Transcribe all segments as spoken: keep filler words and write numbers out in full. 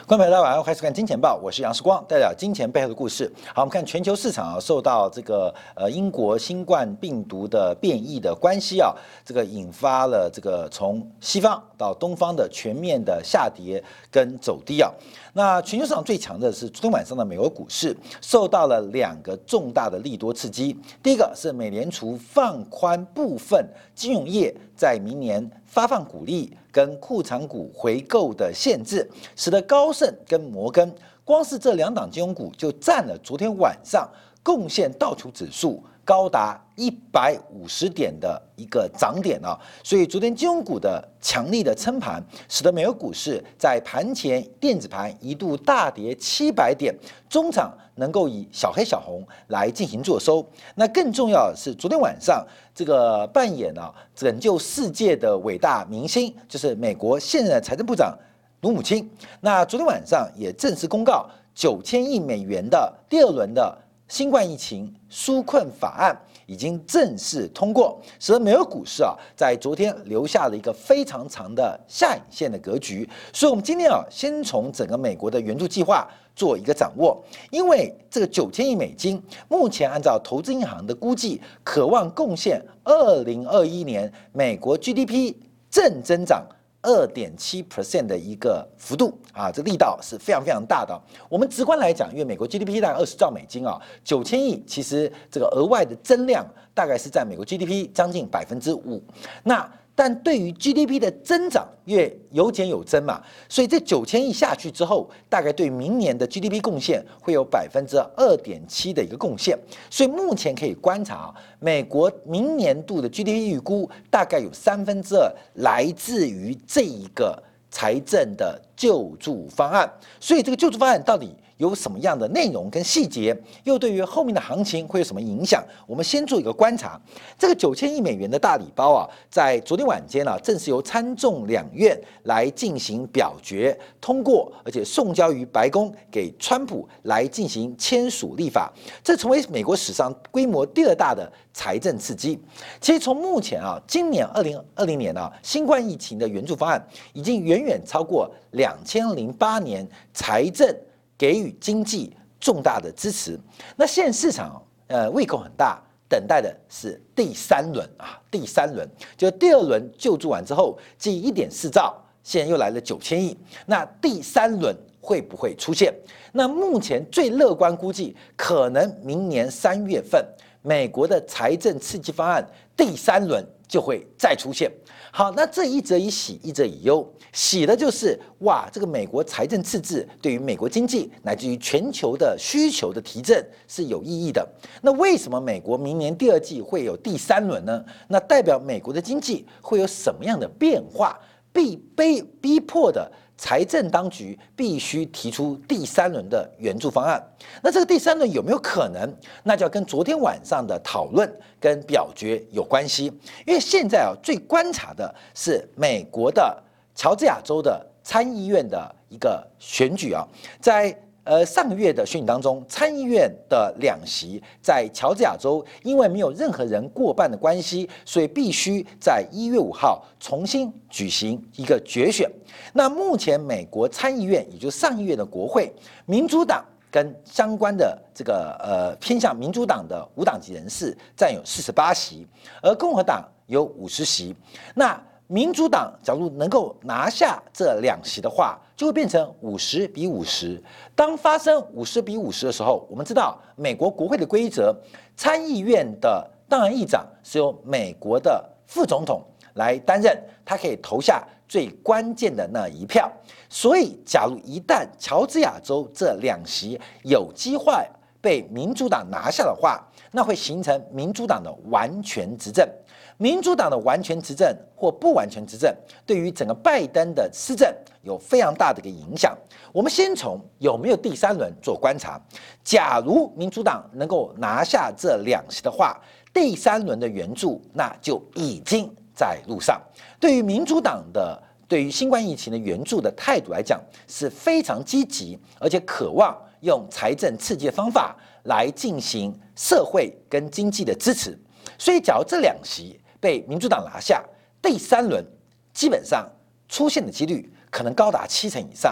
观众朋友大家晚上好，欢迎收看《金钱报》，我是杨世光，带来金钱背后的故事。好，我们看全球市场啊，受到这个呃英国新冠病毒的变异的关系啊，这个引发了这个从西方到东方的全面的下跌跟走低啊。那全球市场最强的是昨天晚上的美国股市，受到了两个重大的利多刺激。第一个是美联储放宽部分金融业在明年发放股利跟库藏股回购的限制，使得高盛跟摩根光是这两档金融股就占了昨天晚上贡献道琼指数高达一百五十点的一个涨点啊，所以昨天金融股的强力的撑盘，使得美国股市在盘前电子盘一度大跌七百点，中场能够以小黑小红来进行做收。那更重要的是，昨天晚上这个扮演啊拯救世界的伟大明星，就是美国现任的财政部长卢姆钦。那昨天晚上也正式公告九千亿美元的第二轮的新冠疫情纾困法案已经正式通过，使得美国股市啊在昨天留下了一个非常长的下影线的格局。所以，我们今天啊先从整个美国的援助计划做一个掌握，因为这个九千亿美金，目前按照投资银行的估计，渴望贡献二零二一年美国 G D P 正增长二点七 percent 的一个幅度啊，这力道是非常非常大的。我们直观来讲，因为美国 G D P 大概二十兆美金啊，九千亿其实这个额外的增量大概是在美国 G D P 将近百分之五。那但对于 G D P 的增长，因为有减有增嘛，所以这九千亿下去之后，大概对明年的 G D P 贡献会有百分之二点七的一个贡献。所以目前可以观察，美国明年度的 G D P 预估大概有三分之二来自于这一个财政的救助方案。所以这个救助方案到底有什么样的内容跟细节，又对于后面的行情会有什么影响？我们先做一个观察。这个九千亿美元的大礼包啊，在昨天晚间啊，正是由参众两院来进行表决通过，而且送交于白宫给川普来进行签署立法，这成为美国史上规模第二大的财政刺激。其实从目前啊，今年二零二零年啊，新冠疫情的援助方案已经远远超过两千零八年财政给予经济重大的支持。那现在市场呃胃口很大，等待的是第三轮啊，第三轮就第二轮救助完之后，继一点四兆，现在又来了九千亿，那第三轮会不会出现？那目前最乐观估计，可能明年三月份，美国的财政刺激方案第三轮就会再出现。好，那这一则以喜，一则以忧。喜的就是哇，这个美国财政赤字对于美国经济乃至于全球的需求的提振是有意义的。那为什么美国明年第二季会有第三轮呢？那代表美国的经济会有什么样的变化？被被逼迫的财政当局必须提出第三轮的援助方案。那这个第三轮有没有可能？那就要跟昨天晚上的讨论跟表决有关系。因为现在啊，最观察的是美国的乔治亚州的参议院的一个选举啊，在呃上个月的选举当中，参议院的两席在乔治亚州，因为没有任何人过半的关系，所以必须在一月五号重新举行一个决选。那目前美国参议院，也就是上议院的国会，民主党跟相关的这个呃偏向民主党的无党籍人士占有四十八席，而共和党有五十席。那民主党假如能够拿下这两席的话，就会变成五十比五十。当发生五十比五十的时候，我们知道美国国会的规则，参议院的当然议长是由美国的副总统来担任，他可以投下最关键的那一票。所以，假如一旦乔治亚州这两席有机会被民主党拿下的话，那会形成民主党的完全执政。民主党的完全执政或不完全执政，对于整个拜登的施政有非常大的一个影响。我们先从有没有第三轮做观察。假如民主党能够拿下这两席的话，第三轮的援助那就已经在路上。对于民主党的对于新冠疫情的援助的态度来讲，是非常积极，而且渴望用财政刺激的方法来进行社会跟经济的支持。所以，假如这两席被民主党拿下，第三轮基本上出现的几率可能高达七成以上。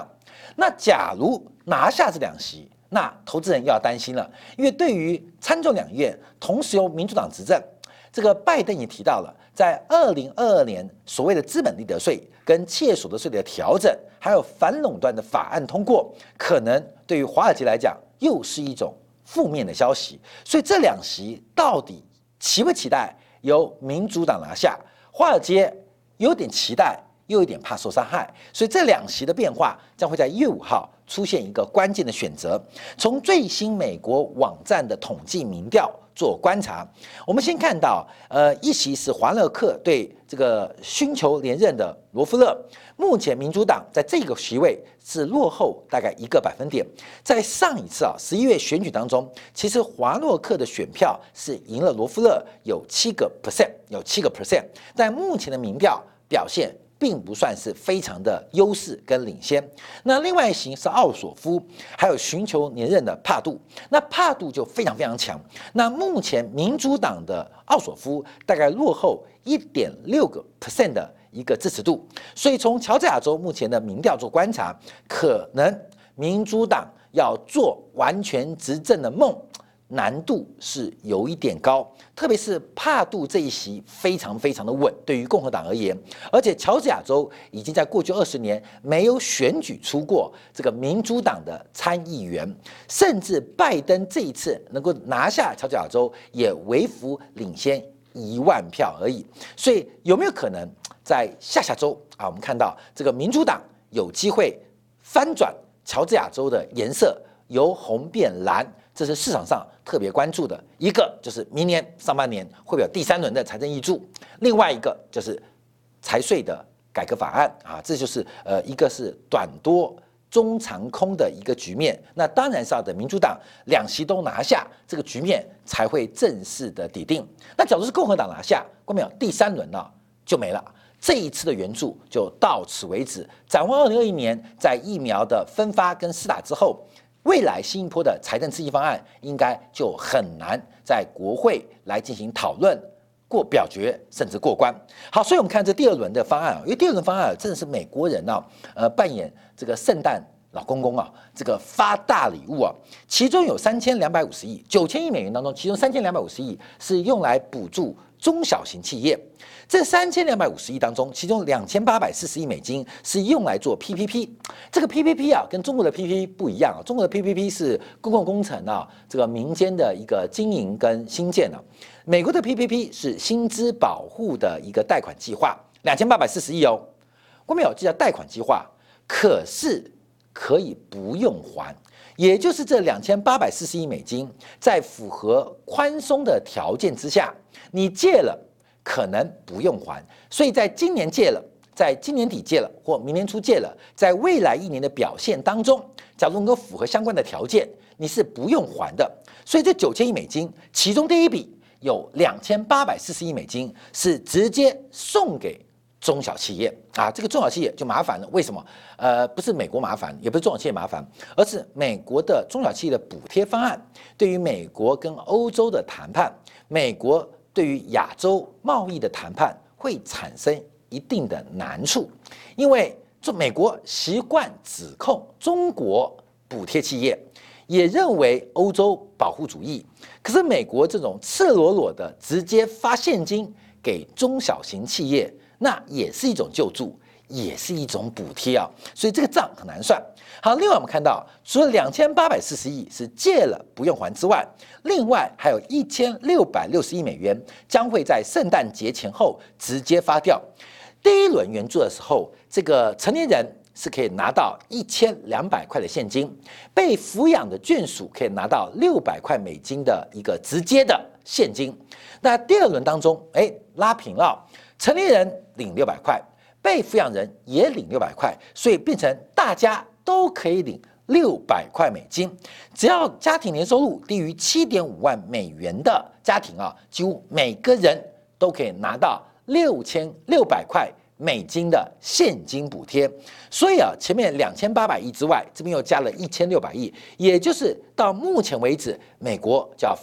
那假如拿下这两席，那投资人又要担心了，因为对于参众两院同时由民主党执政，这个拜登也提到了，在二零二二年所谓的资本利得税跟企业所得税的调整，还有反垄断的法案通过，可能对于华尔街来讲又是一种负面的消息。所以这两席到底期不期待由民主党拿下？华尔街有点期待，又有点怕受伤害，所以这两席的变化将会在一月五号出现一个关键的选择。从最新美国网站的统计民调做观察，我们先看到，呃，一席是华勒克对这个寻求连任的罗夫勒，目前民主党在这个席位是落后大概一个百分点。在上一次啊十一月选举当中，其实华洛克的选票是赢了罗夫勒有七个 percent， 有七个 percent， 但目前的民调表现并不算是非常的优势跟领先。那另外一型是奥索夫，还有寻求连任的帕杜，那帕杜就非常非常强。那目前民主党的奥索夫大概落后一点六个 percent 的一个支持度，所以从乔治亚州目前的民调做观察，可能民主党要做完全执政的梦，难度是有一点高，特别是帕杜这一席非常非常的稳，对于共和党而言，而且乔治亚州已经在过去二十年没有选举出过这个民主党的参议员，甚至拜登这一次能够拿下乔治亚州，也微幅领先一万票而已。所以有没有可能在下下周啊，我们看到这个民主党有机会翻转乔治亚州的颜色，由红变蓝？这是市场上特别关注的一个，就是明年上半年会有第三轮的财政挹注，另外一个就是财税的改革法案啊，这就是呃一个是短多中长空的一个局面。那当然是要等民主党两席都拿下，这个局面才会正式的底定。那假如是共和党拿下，关没有第三轮呢就没了。这一次的援助就到此为止。展望二零二一年，在疫苗的分发跟施打之后，未来新一波的财政刺激方案应该就很难在国会来进行讨论、过表决，甚至过关。好，所以我们看这第二轮的方案啊，因为第二轮方案真的是美国人啊，呃，扮演这个圣诞老公公啊，这个发大礼物啊，其中有三千两百五十亿、九千亿美元当中，其中三千两百五十亿是用来补助中小型企业。这三千两百五十亿当中，其中两千八百四十亿美金是用来做 P P P。这个 P P P 啊，跟中国的 P P P 不一样啊。中国的 P P P 是公共工程啊，这个民间的一个经营跟新建啊。美国的 P P P 是薪资保护的一个贷款计划，两千八百四十亿哦。国民有这叫贷款计划，可是可以不用还。也就是这两千八百四十亿美金，在符合宽松的条件之下，你借了可能不用还，所以在今年借了，在今年底借了或明年初借了，在未来一年的表现当中，假如能够符合相关的条件，你是不用还的。所以这九千亿美金，其中第一笔有两千八百四十亿美金是直接送给中小企业啊，这个中小企业就麻烦了。为什么？呃，不是美国麻烦，也不是中小企业麻烦，而是美国的中小企业的补贴方案对于美国跟欧洲的谈判，美国对于亚洲贸易的谈判会产生一定的难处，因为这美国习惯指控中国补贴企业，也认为欧洲保护主义。可是美国这种赤裸裸的直接发现金给中小型企业，那也是一种救助，也是一种补贴啊，所以这个账很难算。好，另外我们看到，除了两千八百四十亿是借了不用还之外，另外还有一千六百六十亿美元将会在圣诞节前后直接发掉。第一轮援助的时候，这个成年人是可以拿到一千两百块的现金，被抚养的眷属可以拿到六百块美金的一个直接的现金。那第二轮当中，哎，拉平了，成年人领六百块，被抚养人也领六百块，所以变成大家都可以领六百块美金。只要家庭年收入低于七点五万美元的家庭啊，几乎每个人都可以拿到六千六百块美金的现金补贴。所以啊，前面两千八百亿之外，这边又加了一千六百亿，也就是到目前为止，美国就要发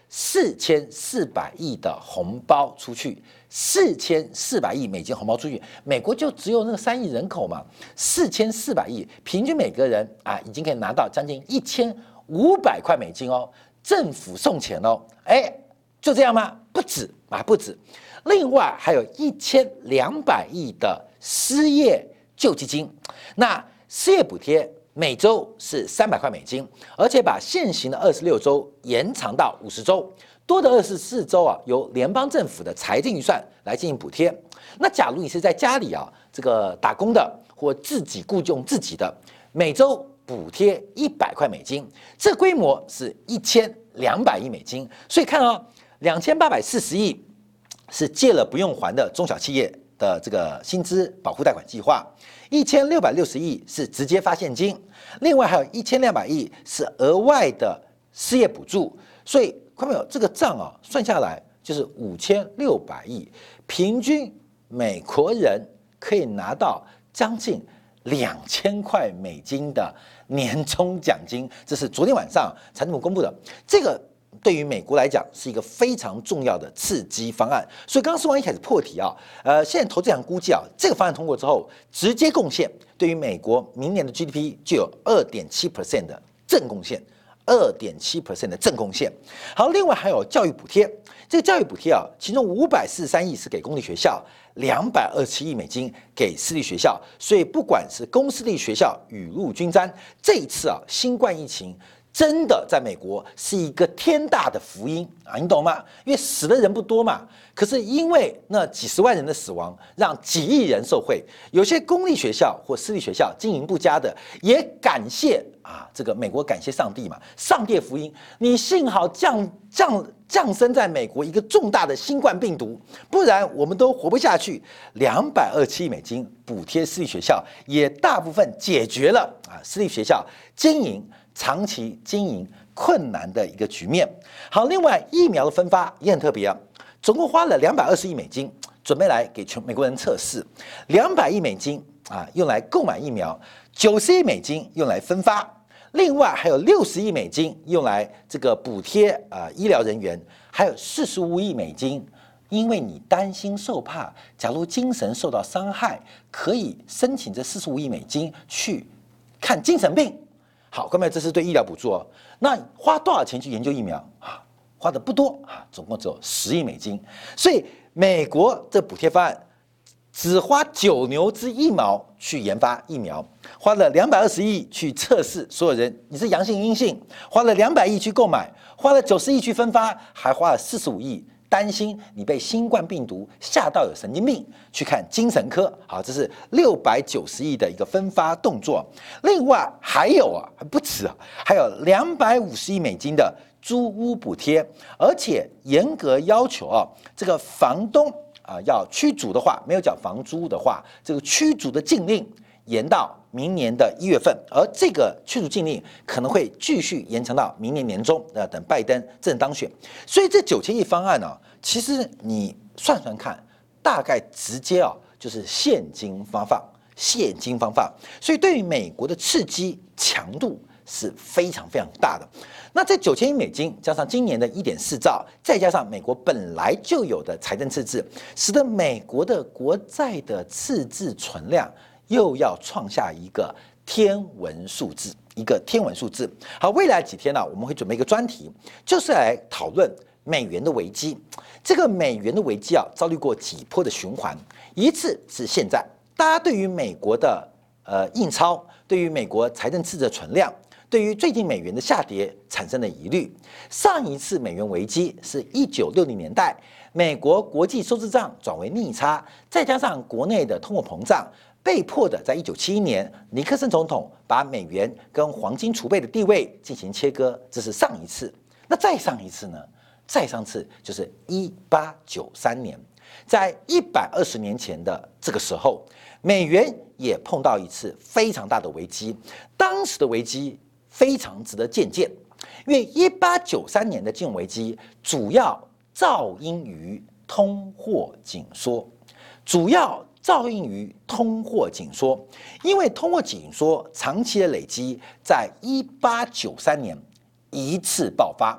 四千四百亿的红包出去，四千四百亿美金红包出去，美国就只有那个三亿人口嘛，四千四百亿，平均每个人啊已经可以拿到将近一千五百块美金哦，政府送钱哦，哎，就这样吗？不止啊，不止，另外还有一千两百亿的失业救济金，那失业补贴。每周是三百块美金，而且把现行的二十六周延长到五十周，多的二十四周啊，由联邦政府的财政预算来进行补贴。那假如你是在家里啊，这个打工的或自己雇佣自己的，每周补贴一百块美金，这规模是一千两百亿美金。所以看啊，两千八百四十亿是借了不用还的中小企业的这个薪资保护贷款计划。一千六百六十亿是直接发现金，另外还有一千两百亿是额外的失业补助，所以看到没有？这个账啊算下来就是五千六百亿，平均美国人可以拿到将近两千块美金的年终奖金，这是昨天晚上财政部公布的。这个对于美国来讲是一个非常重要的刺激方案，所以刚刚说完一开始破题啊，呃，现在投资人估计啊，这个方案通过之后，直接贡献对于美国明年的 G D P 就有 百分之二点七 的正贡献。百分之二点七 的正贡献。好，另外还有教育补贴，这个教育补贴啊，其中五百四十三亿是给公立学校，两百二十七亿美金给私立学校，所以不管是公私立学校雨露均沾。这一次啊，新冠疫情真的在美国是一个天大的福音啊，你懂吗？因为死的人不多嘛，可是因为那几十万人的死亡，让几亿人受惠。有些公立学校或私立学校经营不佳的，也感谢啊，这个美国感谢上帝嘛，上帝福音，你幸好降降降生在美国一个重大的新冠病毒，不然我们都活不下去。两百二十七亿美金补贴私立学校，也大部分解决了啊私立学校经营。长期经营困难的一个局面。好，另外疫苗的分发也很特别啊，总共花了两百二十亿美金，准备来给全美国人测试，两百亿美金啊用来购买疫苗，九十亿美金用来分发，另外还有六十亿美金用来这个补贴啊医疗人员，还有四十五亿美金，因为你担心受怕，假如精神受到伤害，可以申请这四十五亿美金去看精神病。好，各位，这是对医疗补助哦。那花多少钱去研究疫苗啊？花的不多啊，总共只有十亿美金。所以美国这补贴方案只花九牛之一毛去研发疫苗，花了两百二十亿去测试所有人你是阳性阴性，花了两百亿去购买，花了九十亿去分发，还花了四十五亿。担心你被新冠病毒吓到有神经病，去看精神科。好，这是六百九十亿的一个分发动作。另外还有啊，还不止啊，还有两百五十亿美金的租屋补贴，而且严格要求啊，这个房东啊要驱逐的话，没有缴房租的话，这个驱逐的禁令延到明年的一月份，而这个驱逐禁令可能会继续延长到明年年中，呃，等拜登正当选。所以这九千亿方案呢、啊，其实你算算看，大概直接啊就是现金发放，现金发放。所以对于美国的刺激强度是非常非常大的。那这九千亿美金加上今年的一点四兆，再加上美国本来就有的财政赤字，使得美国的国债的赤字存量又要创下一个天文数字，一个天文数字。好，未来几天呢、啊，我们会准备一个专题，就是来讨论美元的危机。这个美元的危机啊，遭遇过几波的循环，一次是现在，大家对于美国的呃印钞，对于美国财政赤字的存量，对于最近美元的下跌产生了疑虑。上一次美元危机是一九六零年代，美国国际收支账转为逆差，再加上国内的通货膨胀。被迫的，在一九七一年，尼克森总统把美元跟黄金储备的地位进行切割，这是上一次。那再上一次呢？再上次就是一八九三年，在一百二十年前的这个时候，美元也碰到一次非常大的危机。当时的危机非常值得借鉴，因为一八九三年的金融危机主要肇因于通货紧缩，主要。肇因于通货紧缩，因为通货紧缩长期的累积，在一八九三年一次爆发。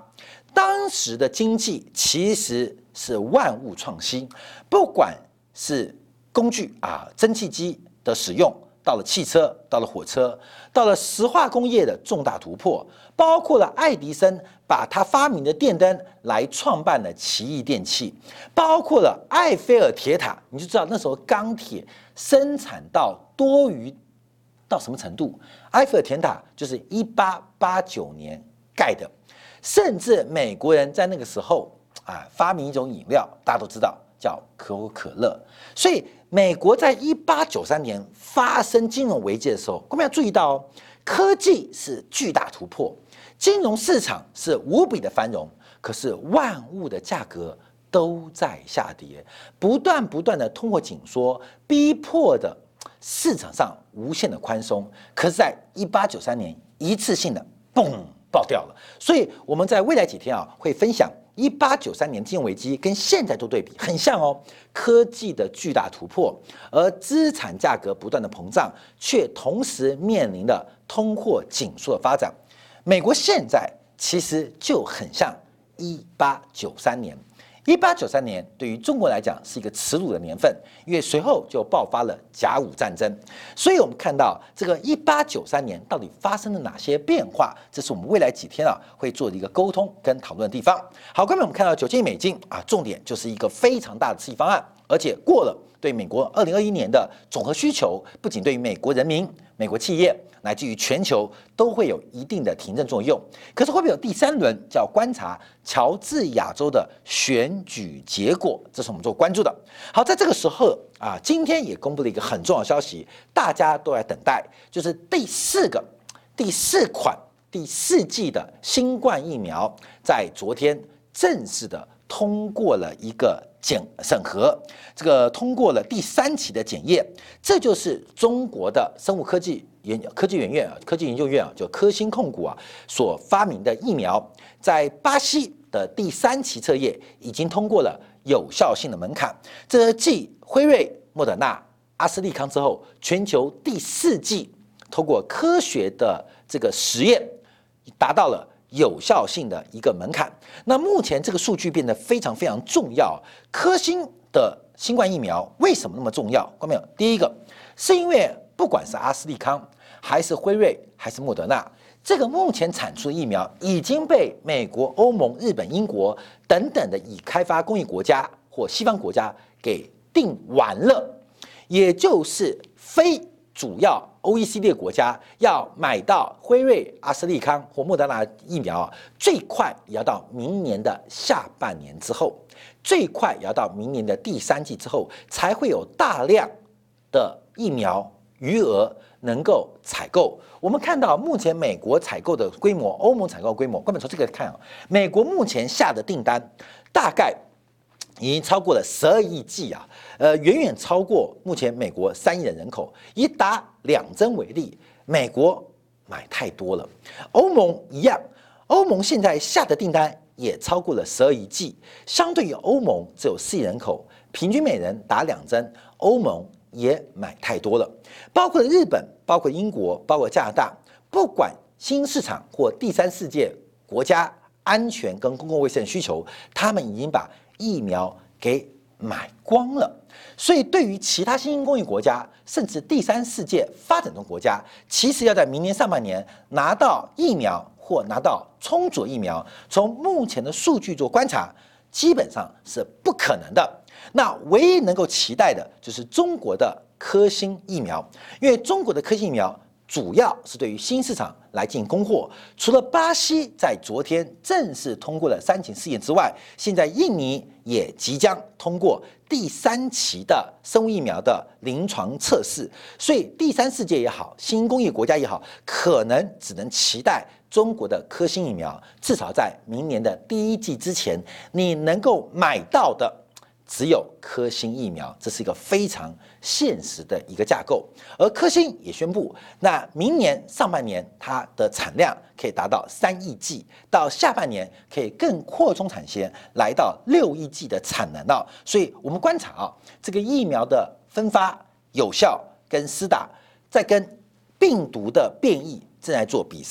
当时的经济其实是万物创新，不管是工具啊，蒸汽机的使用，到了汽车，到了火车，到了石化工业的重大突破，包括了爱迪生把他发明的电灯来创办了奇异电器，包括了埃菲尔铁塔，你就知道那时候钢铁生产到多余到什么程度。埃菲尔铁塔就是一八八九年盖的，甚至美国人在那个时候啊发明一种饮料，大家都知道叫可口可乐。所以美国在一八九三年发生金融危机的时候，我们要注意到哦，科技是巨大突破，金融市场是无比的繁荣，可是万物的价格都在下跌，不断不断的通货紧缩，逼迫的市场上无限的宽松。可是，在一八九三年一次性的嘣爆掉了。所以我们在未来几天啊会分享一八九三年金融危机跟现在做对比，很像哦，科技的巨大突破，而资产价格不断的膨胀，却同时面临了通货紧缩的发展。美国现在其实就很像一八九三年。一八九三年对于中国来讲是一个耻辱的年份，因为随后就爆发了甲午战争。所以我们看到这个一八九三年到底发生了哪些变化，这是我们未来几天啊会做的一个沟通跟讨论的地方。好，各位，我们看到九千亿美金啊，重点就是一个非常大的刺激方案，而且过了对美国二零二一年的总和需求，不仅对于美国人民、美国企业，乃至于全球都会有一定的提振作用。可是会不会有第三轮叫观察乔治亚州的选举结果？这是我们做关注的。好，在这个时候啊，今天也公布了一个很重要的消息，大家都在等待，就是第四个、第四款、第四季的新冠疫苗，在昨天正式的通过了一个检审核，这个通过了第三期的检验，这就是中国的生物科技研科技研院啊，科技研究院啊，就科兴控股啊所发明的疫苗，在巴西的第三期测验已经通过了有效性的门槛。这继辉瑞、莫德纳、阿斯利康之后，全球第四剂通过科学的这个实验，达到了有效性的一个门槛。那目前这个数据变得非常非常重要。科兴的新冠疫苗为什么那么重要？看到没有？第一个是因为不管是阿斯利康还是辉瑞还是莫德纳，这个目前产出的疫苗已经被美国、欧盟、日本、英国等等的已开发工业国家或西方国家给订完了，也就是非主要 O E C D 国家要买到辉瑞、阿斯利康或莫德纳疫苗啊，最快也要到明年的下半年之后，最快也要到明年的第三季之后，才会有大量的疫苗余额能够采购。我们看到目前美国采购的规模，欧盟采购规模，根本从这个看啊，美国目前下的订单大概已经超过了十二亿剂啊，呃，远远超过目前美国三亿的人口。以打两针为例，美国买太多了，欧盟一样，欧盟现在下的订单也超过了十二亿剂，相对于欧盟只有四亿人口，平均每人打两针，欧盟也买太多了。包括日本、包括英国、包括加拿大，不管新市场或第三世界国家安全跟公共卫生需求，他们已经把疫苗给买光了。所以对于其他新兴工业国家，甚至第三世界发展中国家，其实要在明年上半年拿到疫苗或拿到充足疫苗，从目前的数据做观察，基本上是不可能的。那唯一能够期待的就是中国的科兴疫苗，因为中国的科兴疫苗主要是对于新市场来进行供货。除了巴西在昨天正式通过了三期试验之外，现在印尼也即将通过第三期的生物疫苗的临床测试。所以第三世界也好，新工业国家也好，可能只能期待中国的科兴疫苗，至少在明年的第一季之前，你能够买到的只有科兴疫苗，这是一个非常现实的一个架构。而科兴也宣布，那明年上半年它的产量可以达到三亿剂，到下半年可以更扩充产线，来到六亿剂的产能啊。所以我们观察啊，这个疫苗的分发有效跟施打，在跟病毒的变异正在做比赛。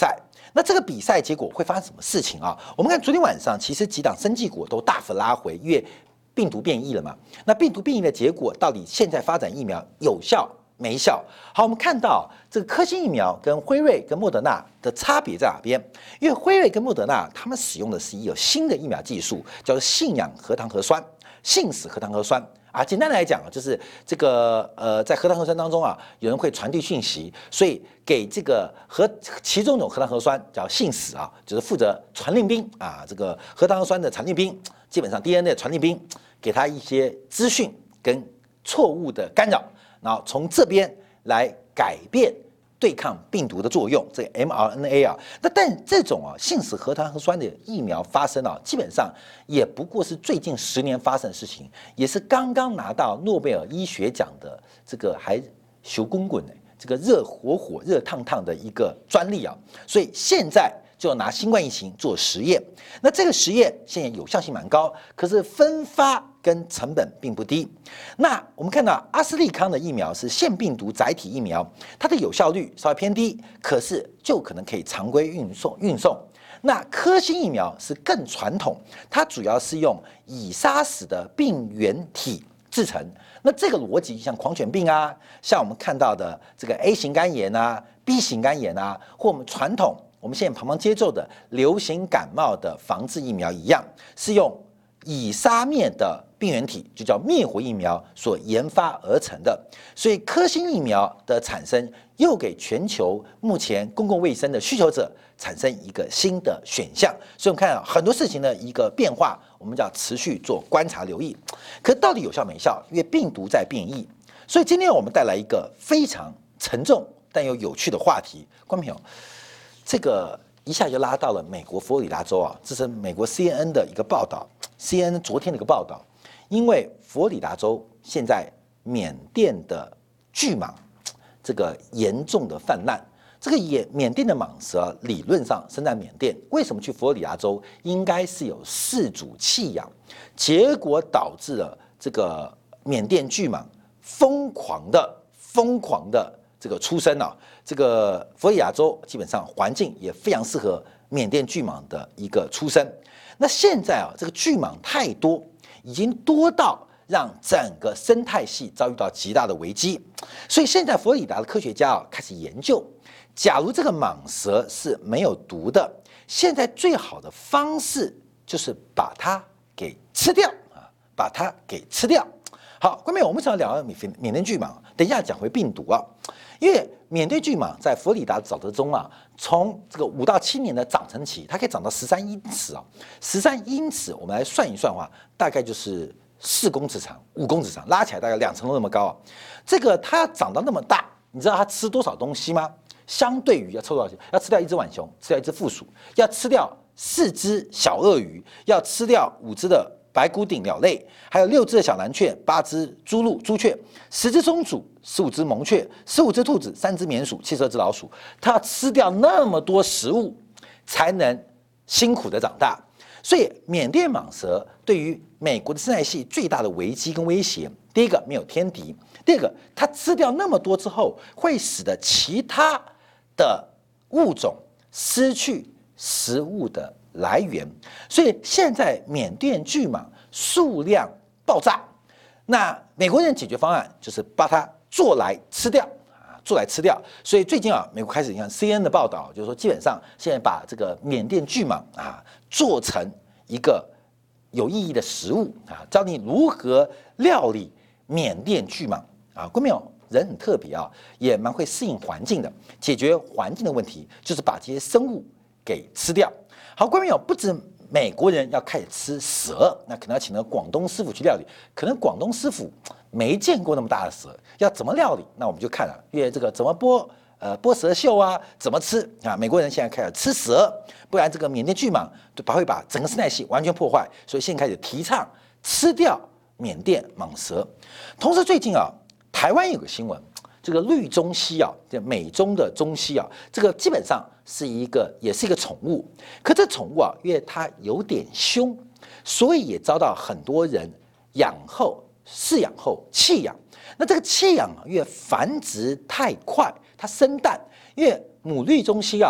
那这个比赛结果会发生什么事情啊？我们看昨天晚上，其实几档生技股都大幅拉回，因为病毒变异了嘛。那病毒变异的结果，到底现在发展疫苗有效没效？好，我们看到这个科兴疫苗跟辉瑞跟莫德纳的差别在哪边？因为辉瑞跟莫德纳他们使用的是一有新的疫苗技术，叫做信氧核糖核酸，信使核糖核酸。啊，简单来讲啊，就是这个呃，在核糖核酸当中啊，有人会传递讯息，所以给这个核其中一种核糖核酸叫信使啊，就是负责传令兵啊，这个核糖核酸的传令兵，基本上 D N A 的传令兵，给他一些资讯跟错误的干扰，然后从这边来改变对抗病毒的作用，这个 M R N A 啊，那但这种啊信使核糖核酸的疫苗发生啊，基本上也不过是最近十年发生的事情，也是刚刚拿到诺贝尔医学奖的这个还熊滚滚的这个热火火热烫烫的一个专利啊，所以现在就拿新冠疫情做实验，那这个实验现在有效性蛮高，可是分发跟成本并不低。那我们看到阿斯利康的疫苗是腺病毒载体疫苗，它的有效率稍微偏低，可是就可能可以常规运送运送。那科兴疫苗是更传统，它主要是用已杀死的病原体制成。那这个逻辑像狂犬病啊，像我们看到的这个 A 型肝炎啊、B 型肝炎啊，或我们传统我们现在旁旁接受的流行感冒的防治疫苗一样，是用已杀灭的病原体，就叫灭活疫苗所研发而成的。所以科兴疫苗的产生，又给全球目前公共卫生的需求者产生一个新的选项。所以我们看到很多事情的一个变化，我们就要持续做观察留意。可到底有效没效？因为病毒在变异，所以今天我们带来一个非常沉重但又有趣的话题，观众朋友。这个一下就拉到了美国佛罗里达州啊，这是美国 C N N 的一个报道 ，C N N 昨天的一个报道，因为佛罗里达州现在缅甸的巨蟒这个严重的泛滥，这个也缅甸的蟒蛇理论上生在缅甸，为什么去佛罗里达州？应该是有饲主弃养，结果导致了这个缅甸巨蟒疯狂的疯狂的这个出生啊。这个佛罗里达州基本上环境也非常适合缅甸巨蟒的一个出生。那现在啊，这个巨蟒太多，已经多到让整个生态系遭遇到极大的危机。所以现在佛罗里达的科学家啊开始研究，假如这个蟒蛇是没有毒的，现在最好的方式就是把它给吃掉啊，把它给吃掉。好，观众朋友，我们想聊聊缅缅甸巨蟒，等一下讲回病毒啊。因为缅甸巨蟒在佛罗里达沼泽中啊，从这个五到七年的长成期，它可以长到十三英尺啊，十三英尺，我们来算一算的话，大概就是四公尺长、五公尺长，拉起来大概两层楼那么高啊。这个它要长到那么大，你知道它吃多少东西吗？相对于要抽多少钱？要吃掉一只浣熊，吃掉一只负鼠，要吃掉四只小鳄鱼，要吃掉五只的白骨顶鸟类，还有六只的小蓝雀，八只朱鹭、朱雀，十只松鼠，十五只蒙雀，十五只兔子，三只棉鼠，七十二只老鼠。它要吃掉那么多食物，才能辛苦的长大。所以缅甸蟒蛇对于美国的生态系最大的危机跟威胁，第一个没有天敌，第二个它吃掉那么多之后，会使得其他的物种失去食物的来源，所以现在缅甸巨蟒数量爆炸。那美国人解决方案就是把它做来吃掉啊，做来吃掉。所以最近啊，美国开始你看 C N N 的报道，就是说基本上现在把这个缅甸巨蟒啊做成一个有意义的食物啊，教你如何料理缅甸巨蟒啊。观众朋友，人很特别啊，也蛮会适应环境的，解决环境的问题就是把这些生物给吃掉。好，观众朋友，不止美国人要开始吃蛇，那可能要请个广东师傅去料理。可能广东师傅没见过那么大的蛇，要怎么料理？那我们就看了，因为这个怎么剥呃剥蛇袖啊，怎么吃啊？美国人现在开始吃蛇，不然这个缅甸巨蟒就把会把整个生态系完全破坏。所以现在开始提倡吃掉缅甸蟒蛇。同时最近啊，台湾有个新闻。这个绿中西啊，这美中的中西啊，这个基本上是一个，也是一个宠物。可这宠物啊，因为它有点凶，所以也遭到很多人养后、饲养后弃养。那这个弃养啊，因为繁殖太快，它生蛋，因为母绿中西啊，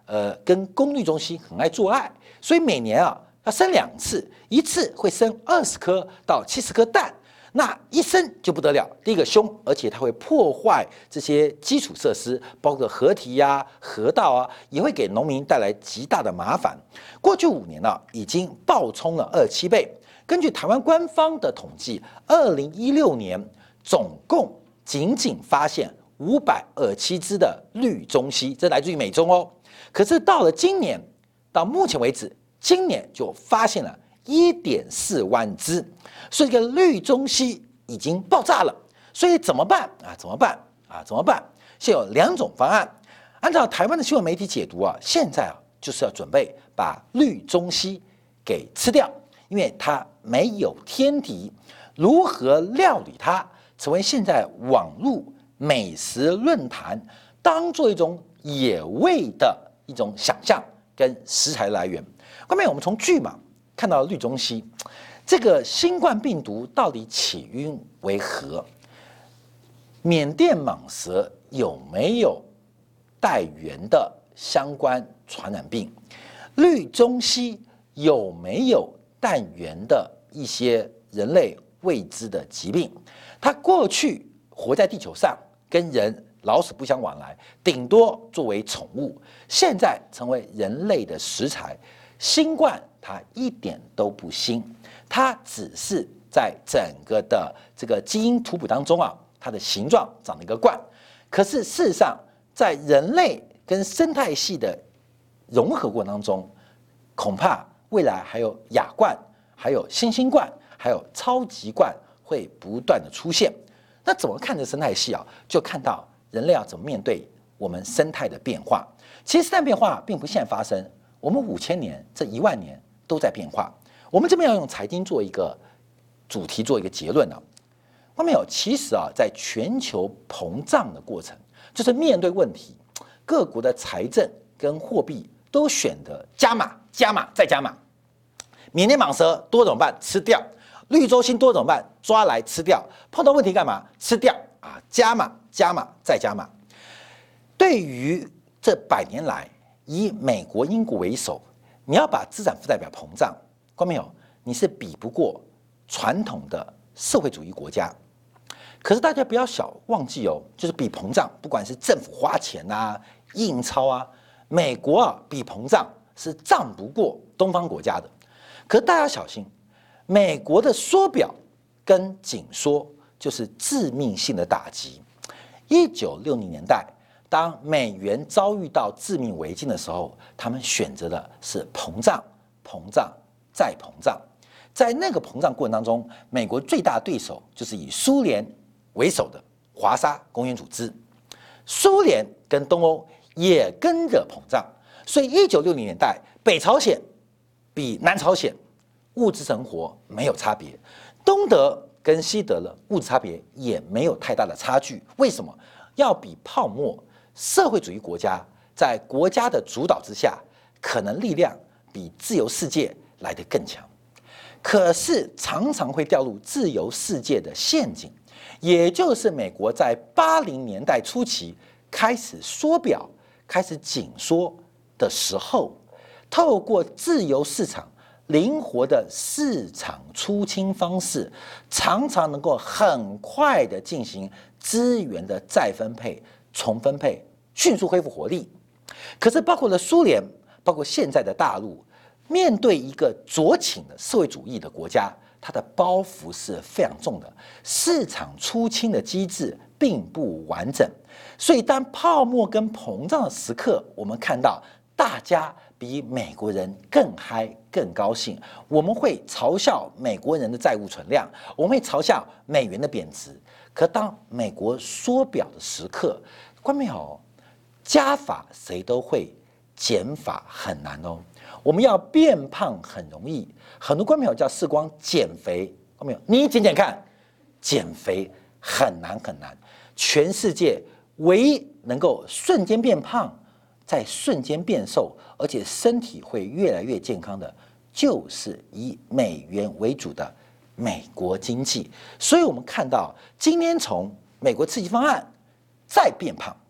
呃跟功率中心很爱做爱，所以每年啊要生两次，一次会生二十颗到七十颗蛋。那一生就不得了，第一个凶，而且它会破坏这些基础设施，包括河堤呀、啊、河道啊，也会给农民带来极大的麻烦。过去五年啊，已经暴冲了二七倍。根据台湾官方的统计，二零一六年总共仅仅发现五百二十七只的绿中蜥，这来自于美中哦。可是到了今年，到目前为止，今年就发现了一点四万只。所以这个绿中蜥已经爆炸了，所以怎么办啊？怎么办啊？怎么办？现有两种方案。按照台湾的新闻媒体解读啊，现在啊就是要准备把绿中蜥给吃掉，因为它没有天敌，如何料理它，成为现在网络美食论坛当做一种野味的一种想象跟食材来源。后面我们从剧嘛看到绿中蜥。这个新冠病毒到底起因为何？缅甸蟒蛇有没有带源的相关传染病？绿中蜥有没有带源的一些人类未知的疾病？它过去活在地球上，跟人老死不相往来，顶多作为宠物，现在成为人类的食材。新冠它一点都不新。它只是在整个的这个基因图谱当中啊，它的形状长了一个冠。可是事实上，在人类跟生态系的融合过程当中，恐怕未来还有亚冠、还有新兴冠、还有超级冠会不断的出现。那怎么看这生态系啊？就看到人类要怎么面对我们生态的变化。其实生态变化并不现在发生，我们五千年这一万年都在变化。我们这边要用财经做一个主题，做一个结论呢。看到没有？其实啊，在全球膨胀的过程，就是面对问题，各国的财政跟货币都选择加码、加码再加码。缅甸蟒蛇多怎么办？吃掉。绿洲星多怎么办？抓来吃掉。碰到问题干嘛？吃掉啊！加码、加码再加码。对于这百年来以美国、英国为首，你要把资产负债表膨胀。看到没有？你是比不过传统的社会主义国家。可是大家不要小忘记哦，就是比膨胀，不管是政府花钱啊、印钞啊，美国啊比膨胀是胀不过东方国家的。可是大家小心，美国的缩表跟紧缩就是致命性的打击。一九六零年代，当美元遭遇到致命危机的时候，他们选择的是膨胀、膨胀。再膨胀，在那个膨胀过程当中，美国最大的对手就是以苏联为首的华沙公约组织，苏联跟东欧也跟着膨胀，所以一九六零年代，北朝鲜比南朝鲜物质生活没有差别，东德跟西德的物质差别也没有太大的差距。为什么？要比泡沫社会主义国家在国家的主导之下，可能力量比自由世界来得更强，可是常常会掉入自由世界的陷阱，也就是美国在八零年代初期开始缩表、开始紧缩的时候，透过自由市场、灵活的市场出清方式，常常能够很快的进行资源的再分配、重分配，迅速恢复活力。可是包括了苏联，包括现在的大陆。面对一个左倾的社会主义的国家，它的包袱是非常重的，市场出清的机制并不完整，所以当泡沫跟膨胀的时刻，我们看到大家比美国人更嗨、更高兴。我们会嘲笑美国人的债务存量，我们会嘲笑美元的贬值。可当美国缩表的时刻，观众朋友，加法谁都会，减法很难哦。我们要变胖很容易，很多观众朋友叫世光减肥，观众朋友你减减看，减肥很难很难。全世界唯一能够瞬间变胖，再瞬间变瘦，而且身体会越来越健康的，就是以美元为主的美国经济。所以我们看到今天从美国刺激方案再变胖，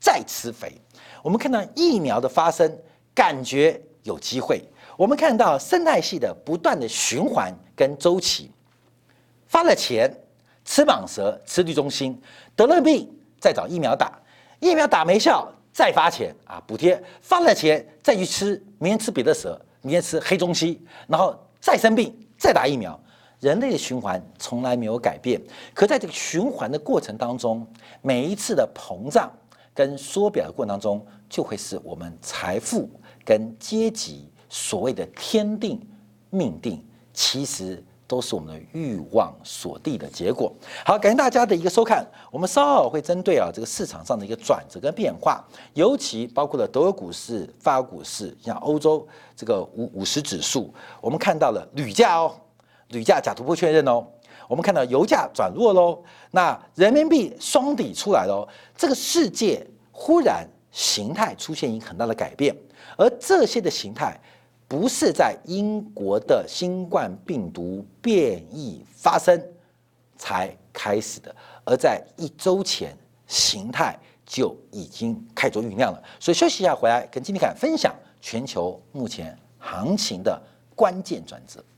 再吃肥。我们看到疫苗的发生，感觉有机会。我们看到生态系的不断的循环跟周期，发了钱吃蟒蛇，吃绿中心，得了病再找疫苗打，疫苗打没效再发钱啊补贴，发了钱再去吃，明天吃别的蛇，明天吃黑中西，然后再生病再打疫苗。人类的循环从来没有改变，可在这个循环的过程当中，每一次的膨胀跟缩表的过程当中，就会是我们财富跟阶级所谓的天定命定，其实都是我们的欲望所定的结果。好，感谢大家的一个收看，我们稍后会针对啊这个市场上的一个转折跟变化，尤其包括了德国股市、法国股市，像欧洲这个五五十指数，我们看到了铝价哦。铝价假突破确认哦，我们看到油价转弱喽，那人民币双底出来喽，这个世界忽然形态出现一个很大的改变，而这些的形态不是在英国的新冠病毒变异发生才开始的，而在一周前形态就已经开始做酝酿了。所以休息一下回来跟金立凯分享全球目前行情的关键转折。